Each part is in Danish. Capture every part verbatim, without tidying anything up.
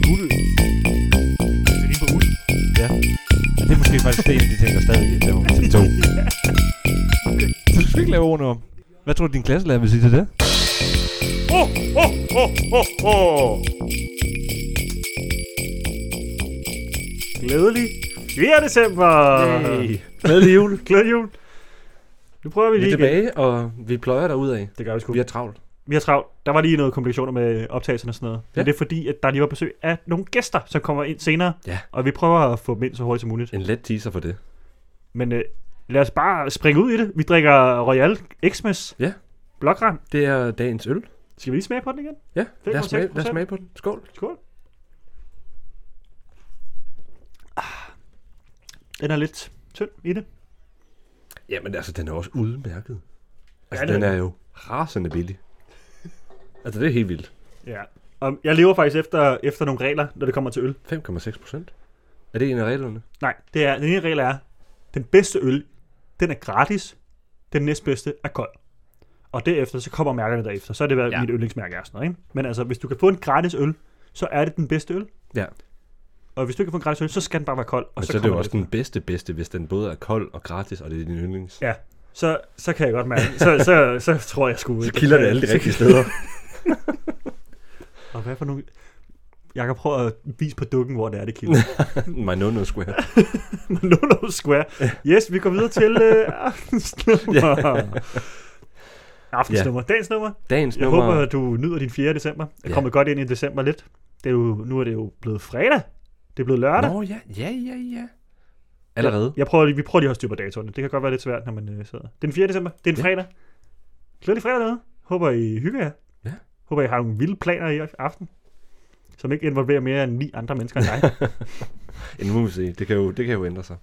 Uld. Det er lige på uld. Ja. Og det er måske faktisk det, en af de ting, der stadig laver til to. Okay. Så du skal ikke lave ordene om. Hvad tror du, din klasselærer vil sige til det? Ho, ho, ho, ho, ho. Glædelig fjerde december. Hey. Glædelig jul. Glædelig jul. Nu prøver vi Vi lige er tilbage, og vi pløjer derudad. Det gør vi sgu. Vi er travlt. Vi har travlt. Der var lige noget komplikationer med optagelserne og sådan noget. Ja. Men det er fordi, at der lige var besøg af nogle gæster, som kommer ind senere. Ja. Og vi prøver at få dem ind så hurtigt som muligt. En let teaser for det. Men øh, lad os bare springe ud i det. Vi drikker Royal Xmas. Ja. Blågran. Det er dagens øl. Skal vi lige smage på den igen? Ja, lad os, smage, fem komma seks procent. lad os smage på den. Skål. Skål. Ah. Den er lidt tynd i det. Jamen altså, den er også udmærket. Altså, Ja, den det- er jo rasende billig. Altså, det er helt vildt. Ja. Og jeg lever faktisk efter, efter nogle regler, når det kommer til øl. fem komma seks procent. Er det en af reglerne? Nej, det er, den ene regel er, den bedste øl, den er gratis. Den næstbedste er kold. Og derefter, så kommer mærkerne derefter. Så er det, hvad Ja. mit yndlingsmærke er. Sådan noget, ikke? Men altså, hvis du kan få en gratis øl, så er det den bedste øl. Ja. Og hvis du ikke kan få en gratis øl, så skal den bare være kold. Og Og så, så så er det jo kommer også den bedste bedste, hvis den både er kold og gratis, og det er din yndlings. Ja, så, så kan jeg godt mærke. Så, så, så tror jeg sgu... Så kilder det alle de rigtige steder. Og hvad for nogle... Jeg kan prøve at vise på dukken, hvor det er, det kilder. My no-no square. no, no square. Yes, vi går videre til uh, aftensnummer. Aftensnummer. Dagens nummer. Dagens Jeg nummer... håber, at du nyder din fjerde december. Jeg er Ja. kommet godt ind i december lidt. Det er jo, nu er det jo blevet fredag. Det er blevet lørdag. Nå, ja, ja, ja, ja. Allerede. Jeg prøver, lige- vi prøver lige at styre på datoerne. Det kan godt være lidt svært, når man øh, sidder. Det er den fjerde december. Det er en Ja. fredag. Glædelig fredag derude. Håber, I hygger jer. Ja. Håber, I har nogle vilde planer i aften, som ikke involverer mere end ni andre mennesker end dig. Ja, nu må vi se. Det kan jo, det kan jo ændre sig.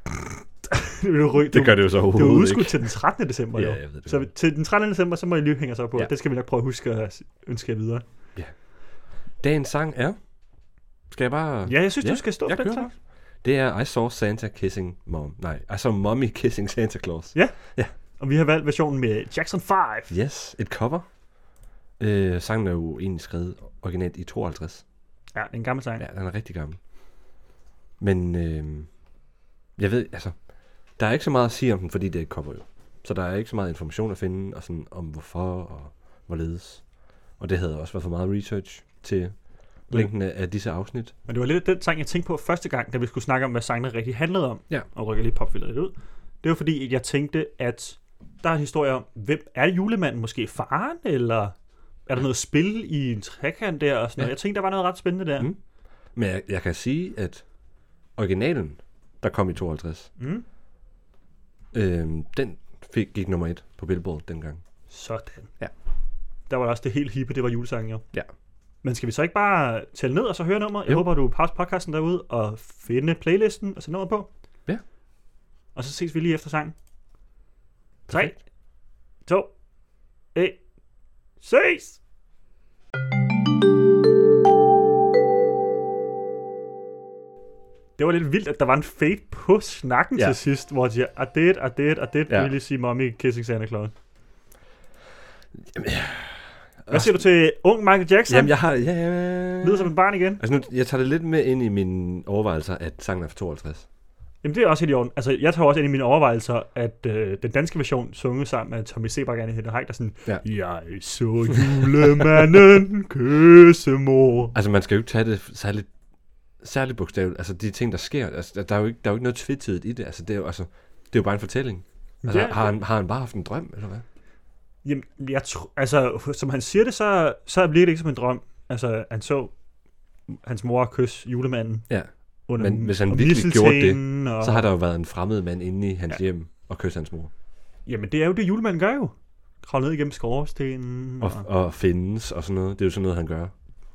det Det gør det jo så Det er overhovedet jo ikke. udskudt til den trettende december. Ja, jo. jeg ved det Så godt. til den trettende december, så må I lige hænge sig op på. Ja. Ja. Det skal vi nok prøve at huske at ønske jer videre. Dagens sang er... Skal jeg bare... Ja, jeg synes, Ja, du skal stå jeg for den kører sang. Det er I Saw Santa Kissing Mom. Nej, I Saw Mommy Kissing Santa Claus. Og vi har valgt versionen med Jackson fem. Yes, et cover. Øh, sangen er jo egentlig skrevet originalt i tooghalvtreds. Ja, det er en gammel sang. Ja, den er rigtig gammel. Men øh, jeg ved, altså, der er ikke så meget at sige om den, fordi det er et cover jo. Så der er ikke så meget information at finde, og sådan, om hvorfor og hvorledes. Og det havde også været for meget research til længden af, af disse afsnit. Men det var lidt den sang, jeg tænkte på første gang, da vi skulle snakke om, hvad sangene rigtig handlede om. Ja. Og rykke lige popfilteret lidt ud. Det var fordi, jeg tænkte, at der er en historie om, hvem er julemanden? Måske faren? Eller er der noget spil i en trekant der? Og sådan Ja. noget? Jeg tænkte, der var noget ret spændende der. Mm. Men jeg, jeg kan sige, at originalen, der kom i tooghalvtreds, Mm. øh, den fik, gik nummer et på Billboard dengang. Sådan. Ja. Der var også det helt hippe, det var julesangen jo. Ja. Men skal vi så ikke bare tælle ned og så høre nummer? Jeg Jo. håber, du pauser podcasten derude og finde playlisten og sætte nummer på. Ja. Og så ses vi lige efter sangen. tre, Perfekt. to, et, ses! Det var lidt vildt, at der var en fade på snakken Ja. til sidst, hvor de siger, I did, I did, I did, Ja. really see mommy kissing Santa Claus. Jamen, Hvad siger du til ung Michael Jackson? Jamen, jeg har... Ja, ja, Lyder som en barn igen. Altså nu, jeg tager det lidt med ind i mine overvejelser, at sangen er fra tooghalvtreds. Jamen det er også helt i orden. Altså jeg tager også ind i mine overvejelser, at øh, den danske version sunget sammen med Tommy Sebak og Anne Hette Heick, der sådan, Ja. jeg så julemanden kysse mor. Altså man skal jo ikke tage det særligt, særligt bogstaveligt. Altså de ting, der sker, altså, der, der, er jo ikke, der er jo ikke noget tvetydigt i det. Altså det er jo, altså, det er jo bare en fortælling. Altså, Ja. har, han, har han bare haft en drøm, eller hvad? Jamen jeg tror, altså som han siger det, så, så bliver det ikke som en drøm. Altså han så hans mor kysse julemanden. Ja. Under, Men hvis han og virkelig gjorde det, misteltenen og, Så har der jo været en fremmed mand inde i hans Ja. hjem og kysse hans mor. Jamen det er jo det julemanden gør jo. Kravle ned igennem skorstenen. Og, og findes og sådan noget. Det er jo sådan noget, han gør.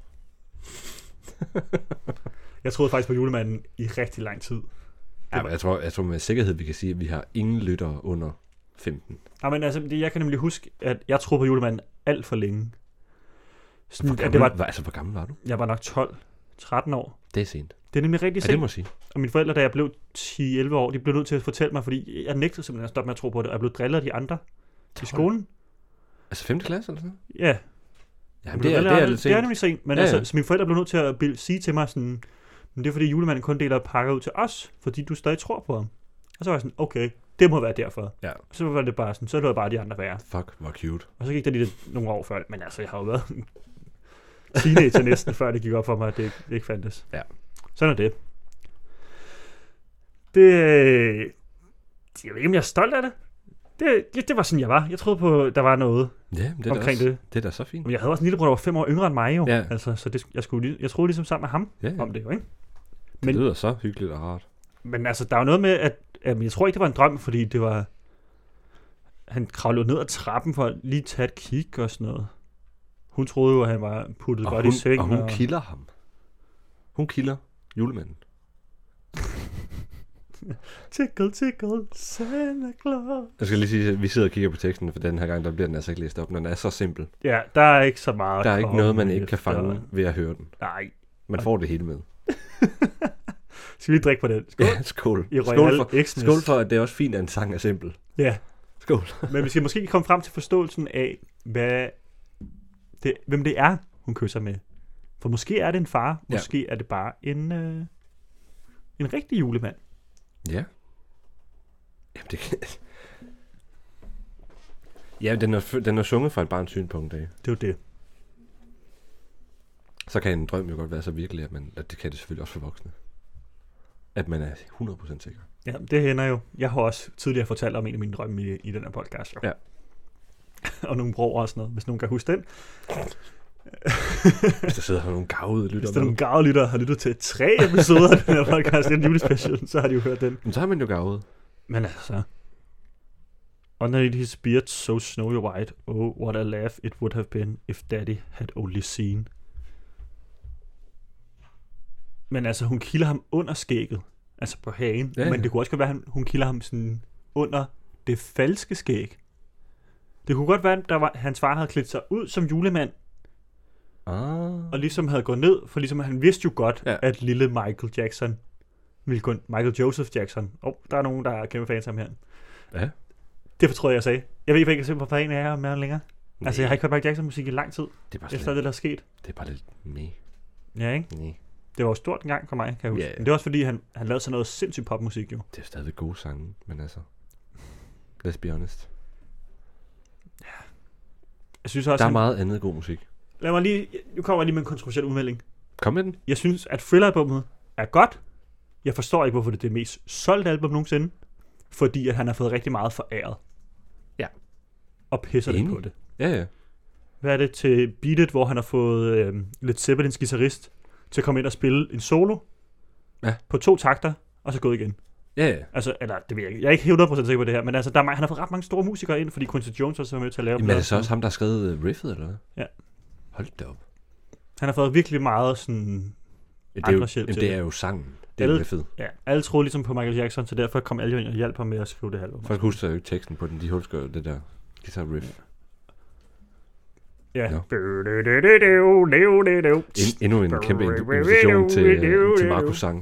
Jeg troede faktisk på julemanden i rigtig lang tid. Ja, men jeg tror, jeg tror med sikkerhed, vi kan sige, at vi har ingen lyttere under femten. Ja, men altså, det, jeg kan nemlig huske, at jeg troede på julemanden alt for længe. Sådan, Hvor at gammel, det var, var, altså, hvor gammel var du? jeg var nok tolv tretten år. Det er sent. Det er nemlig rigtig Ja, sent. det må jeg sige. Og mine forældre, da jeg blev ti elleve år, de blev nødt til at fortælle mig, fordi jeg nægtede simpelthen at stoppe med at tro på det, og jeg blev drillet af de andre til skolen. Altså femte klasse eller sådan noget? Ja, Jamen, det er, det er, det, lidt det er sent. nemlig sent, men Ja, altså, ja. så mine forældre blev nødt til at bil- sige til mig sådan, men det er fordi julemanden kun deler pakker ud til os, fordi du stadig tror på ham. Og så var jeg sådan, okay, det må være derfor. Ja. Og så var det bare sådan, så lå jeg bare de andre være. Fuck, hvor cute. Og så gik der lige lidt, nogle år før, men altså, jeg har jo været teenager næsten, før det gik op for mig, at det ikke, det ikke fandtes. Ja. Sådan er det. Det, jeg ved ikke, om jeg er stolt af det. Det, det, det var sådan, jeg var. Jeg troede på, der var noget Ja, det er, da omkring også, det. det er da så fint. Men jeg havde også en lillebror, der var fem år yngre end mig jo. Ja. Altså, så det, jeg, skulle, lige- jeg troede ligesom sammen med ham Ja, ja. om det jo, ikke? Det Men- lyder så hyggeligt og rart. Men altså, der er jo noget med, at jamen, jeg tror ikke, det var en drøm, fordi det var... Han kravlede ned ad trappen for at lige tage et kig og sådan noget. Hun troede jo, at han var puttet Og godt hun, i seng. og hun kilder ham. Hun kilder julemanden. Tickle, tickle, Santa Claus. Jeg skal lige sige, at vi sidder og kigger på teksten, for den her gang, der bliver den altså ikke læst op, men den er så simpel. Ja, der er ikke så meget. Der er at ikke komme noget, man ikke kan efter. fange ved at høre den. Nej. Man får det hele med. Skal vi lige drikke på den? Skål. Ja, skål. I Skål Royal for, Xmas. skål for, at det er også fint, at en sang er simpel. Ja, Skål. men vi skal måske komme frem til forståelsen af, hvad det, hvem det er, hun kysser med. For måske er det en far, Ja. måske er det bare en, øh, en rigtig julemand. Ja. Jamen, det kan... Ja, den er, f- den er sunget fra et barns synspunkt af. Det er jo det. Så kan en drøm jo godt være så virkelig, at, man, at det kan det selvfølgelig også for voksne. At man er hundrede procent sikker. Ja, det hænder jo. Jeg har også tidligere fortalt om en af mine drømme i, i den her podcast. Jo. Ja. Og nogle broer og sådan noget, hvis nogen kan huske den. Hvis der sidder her nogle gavede lytter Hvis der er med. nogle gavlyttere, der har lyttet til tre episoder af den her podcast, den julespecial, så har de jo hørt den. Men så har man jo gavet. Men altså... Underneath his beard so snowy white, oh, what a laugh it would have been if daddy had only seen. Men altså, hun kilder ham under skægget. Altså på hagen. Ja, ja. Men det kunne også godt være, at hun kilder ham sådan under det falske skæg. Det kunne godt være, at der var, hans far havde klædt sig ud som julemand, Ah. og ligesom havde gået ned, for ligesom han vidste jo godt, Ja. ja. at lille Michael Jackson ville gå, Michael Joseph Jackson. Åh, oh, der er nogen, der er kæmpe fans af ham her. Ja. Det fortrød jeg, jeg sagde. Jeg ved ikke, hvad jeg kan se på en af jer med ham længere. Nej, Altså, jeg har ikke hørt Michael Jackson musik i lang tid, det er bare efter sådan, det, der er sket. det er bare lidt nej, Ja, ikke? nej. Det var jo stort en gang for mig, kan jeg huske. Ja, ja. Men det er også fordi, han, han lavede sådan noget sindssygt popmusik, jo. Det er stadig gode sange, men altså, let's be honest. Jeg synes også, Der er han, meget andet god musik. lad mig lige, nu kommer jeg lige med en kontroversiel udmelding. Kom med den. Jeg synes, at Thriller-albummet er godt. Jeg forstår ikke, hvorfor det er det mest solgte album nogensinde. Fordi at han har fået rigtig meget foræret. Ja. Og pisser det Enig. på det. Ja, ja. Hvad er det til Beat It, hvor han har fået øh, Led Zeppelins guitarist til at komme ind og spille en solo Ja. på to takter, og så gå igen. Ja, ja. Altså, eller det ved jeg ikke. Jeg er ikke hundrede procent sikker på det her, men altså, der er, mange- han har fået ret mange store musikere ind, fordi Quincy Jones også var med til at lave Jamen er pladen. det så også ham, der har skrevet øh, riffet, eller hvad? Ja. Hold da op. Han har fået virkelig meget sådan... Ja, det, er jo, Andres hjælp jamen, til det det. er jo sangen. Det er Alle- riffet. Ja, alle troede ligesom på Michael Jackson, så derfor kom alle jo ind og hjalp ham med at skrive det her album. Folk husker jo ikke teksten på den. De husker jo det der guitar riff. Ja. Nå. No. En, endnu en kæmpe invitation til, øh, til Markus sang.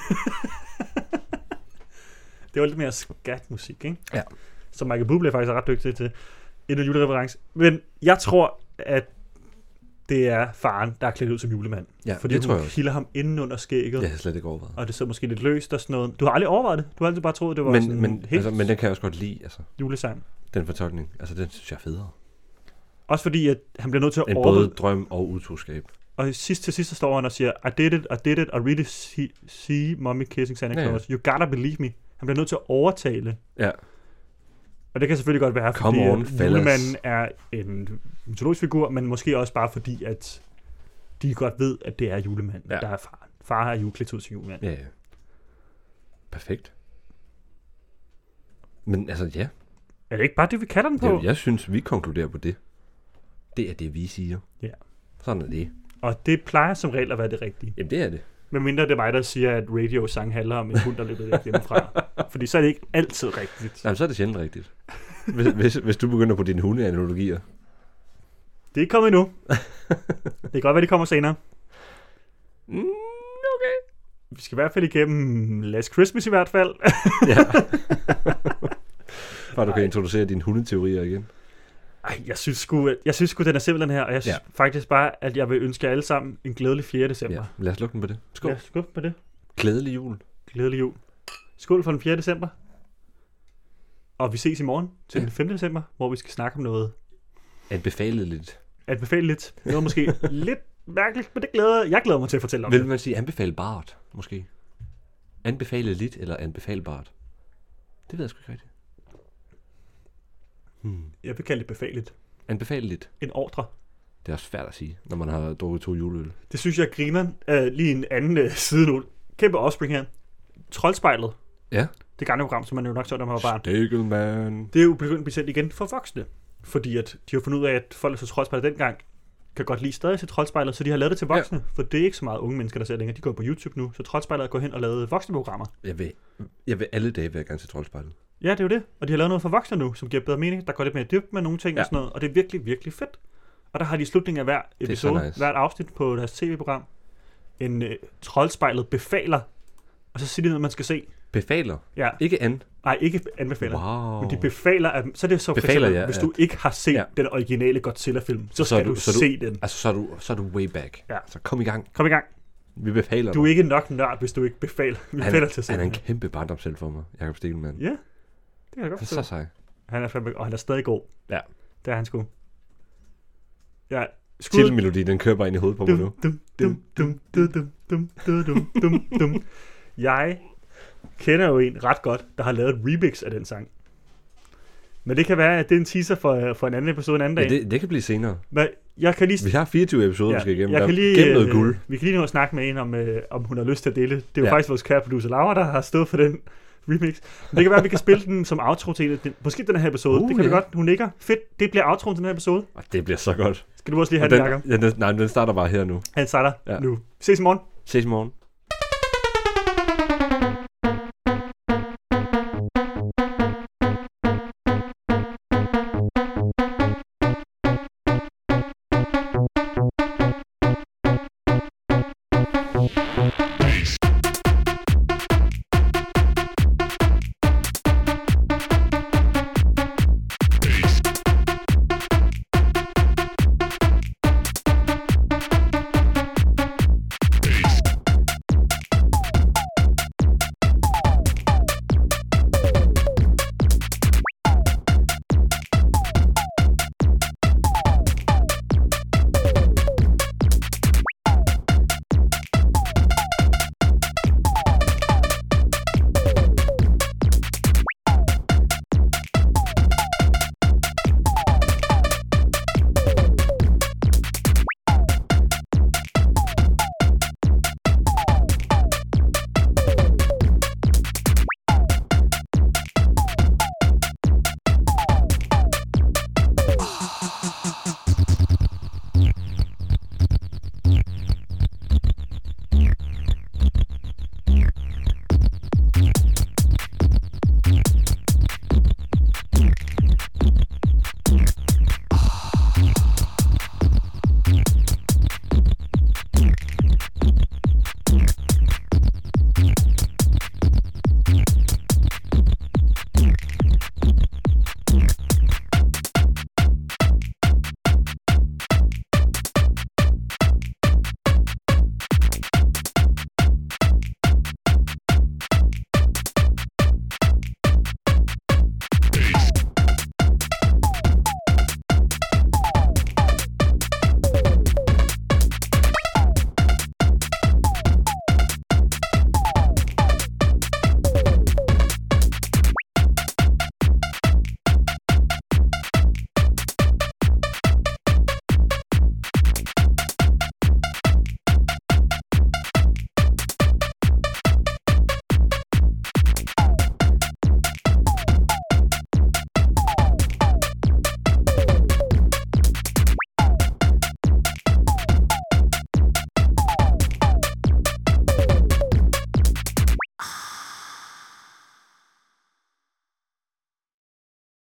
Det var lidt mere skatmusik, ikke? Ja. Så Michael Bublé faktisk er ret dygtig til en julereference. Men jeg tror, at det er faren, der er klædt ud som julemand. Ja, Fordi det hun tror jeg også. kilder ham inden under skægget. Det har jeg slet ikke overvejet. Og det sidder måske lidt løst og sådan noget. Du har aldrig overvejet det. Du har altid bare troet, det var Men, sådan men, helt altså, men den kan jeg også godt lide, altså, julesang. den fortolkning. Altså, den synes jeg er federe. Også fordi, at han bliver nødt til at En overvide. både drøm og utroskab. Og sidst til sidst så står han og siger, I did it, I did it, I really see, see mommy kissing Santa Ja, ja. Claus. You gotta believe me. Han bliver nødt til at overtale. Ja. Og det kan selvfølgelig godt være, Come fordi on, at fellas. julemanden er en mytologisk figur, men måske også bare fordi, at de godt ved, at det er julemanden, Ja. der er far. Far er juleklædt ud til julemand. Ja, ja. Perfekt. Men altså, ja. Er det ikke bare det, vi kalder den på? Det, jeg synes, vi konkluderer på det. Det er det, vi siger. Ja. Sådan er det. Og det plejer som regel at være det rigtige. Jamen, det er det. Men mindre det er mig, der siger, at radio-sang handler om en hund, der løber væk hjemmefra. Fordi så er det ikke altid rigtigt. Jamen, så er det sjældent rigtigt. Hvis, hvis, hvis du begynder på dine hundeanalogier. Det er ikke kommet endnu. Det kan godt være, de kommer senere. Mm, okay. Vi skal i hvert fald igennem Last Christmas i hvert fald. Ja. For at du kan introducere dine hundeteorier igen. Ej, jeg synes sgu, jeg synes sgu den er simpelthen her, og jeg synes ja. faktisk bare, at jeg vil ønske jer alle sammen en glædelig fjerde december. Ja, lad os lukke den på det. Skål. Ja, skål på det. Glædelig jul. Glædelig jul. Skål for den fjerde december. Og vi ses i morgen til ja. den femte december, hvor vi skal snakke om noget. Anbefaleligt. Anbefaleligt. Det var måske lidt mærkeligt, men det glæder jeg glæder mig til at fortælle om. Vil man sige anbefalbart, måske? Anbefaleligt eller anbefalbart? Det ved jeg sgu ikke rigtigt. Hmm. Jeg vil kalde det befaligt. Anbefaleligt. En ordre. Det er også svært at sige, når man har drukket to juleøl. Det synes jeg griner uh, lige en anden uh, side nu. Kæmpe offspring her. Troldspejlet. Ja. Det gamle program, som man jo nok så, når man var barn. Stikkelman. Det er jo begyndt at blive sendt igen for voksne. Fordi at de har fundet ud af, at folk, der så Troldspejlet dengang, kan godt lide stadig til Troldspejlet, så de har lavet det til voksne. Ja. For det er ikke så meget unge mennesker, der ser længere. De går på YouTube nu, så Troldspejlet går hen og lavet voksne programmer. Jeg vil, jeg vil alle dage være gerne til Troldspejlet. Ja, det er jo det. Og de har lavet noget for voksne nu, som giver bedre mening. Der går lidt mere dybt med nogle ting ja. og sådan noget. Og det er virkelig, virkelig fedt. Og der har de i slutningen af hver episode, nice. hvert afsnit på deres tv-program, en uh, Troldspejlet befaler. Og så siger de noget, man skal se. Befaler? Ja. Ikke an? Nej, ikke anbefaler. Wow. Men de befaler, at, så er det så befaler, for eksempel, ja, hvis ja. du ikke har set ja. den originale Godzilla-film, så, så skal du, du så se du, den. Altså, så er du, så er du way back. Ja. Så kom i gang. Kom i gang. Vi befaler Du er ikke nok nørd, hvis du ikke befaler, befaler han, til at se Han er en den. kæmpe barndomshelt for mig, Jakob Stikkelman. Ja, det kan jeg godt forstå. Så sej. Han er fandme, og han er stadig god. Ja. Det er han sgu. Ja. Titelmelodi, den kører bare ind i hovedet på mig nu. Dum, dum, dum, dum, dum, dum, dum, dum, dum. Jeg kender jo en ret godt, der har lavet et remix af den sang. Men det kan være, at det er en teaser for, for en anden episode en anden dag. Ja, det, det kan blive senere. Men jeg kan lige... Vi har fireogtyve episoder, ja, vi skal igennem. Jeg der kan lige, gennem noget guld. Vi kan lige nå at snakke med en, om, øh, om hun har lyst til at dele. Det er jo ja. faktisk vores kære producer Laura, der har stået for den remix. Men det kan være, at vi kan spille den som outro til den. Måske den her episode. Uh, det kan ja. vi godt. Hun nikker. Fedt. Det bliver outroen til den her episode. Og det bliver så godt. Skal du også lige have den, den, Jacob? ja, den, nej, den starter bare her nu. Han starter ja. nu. Ses i morgen. Ses i morgen.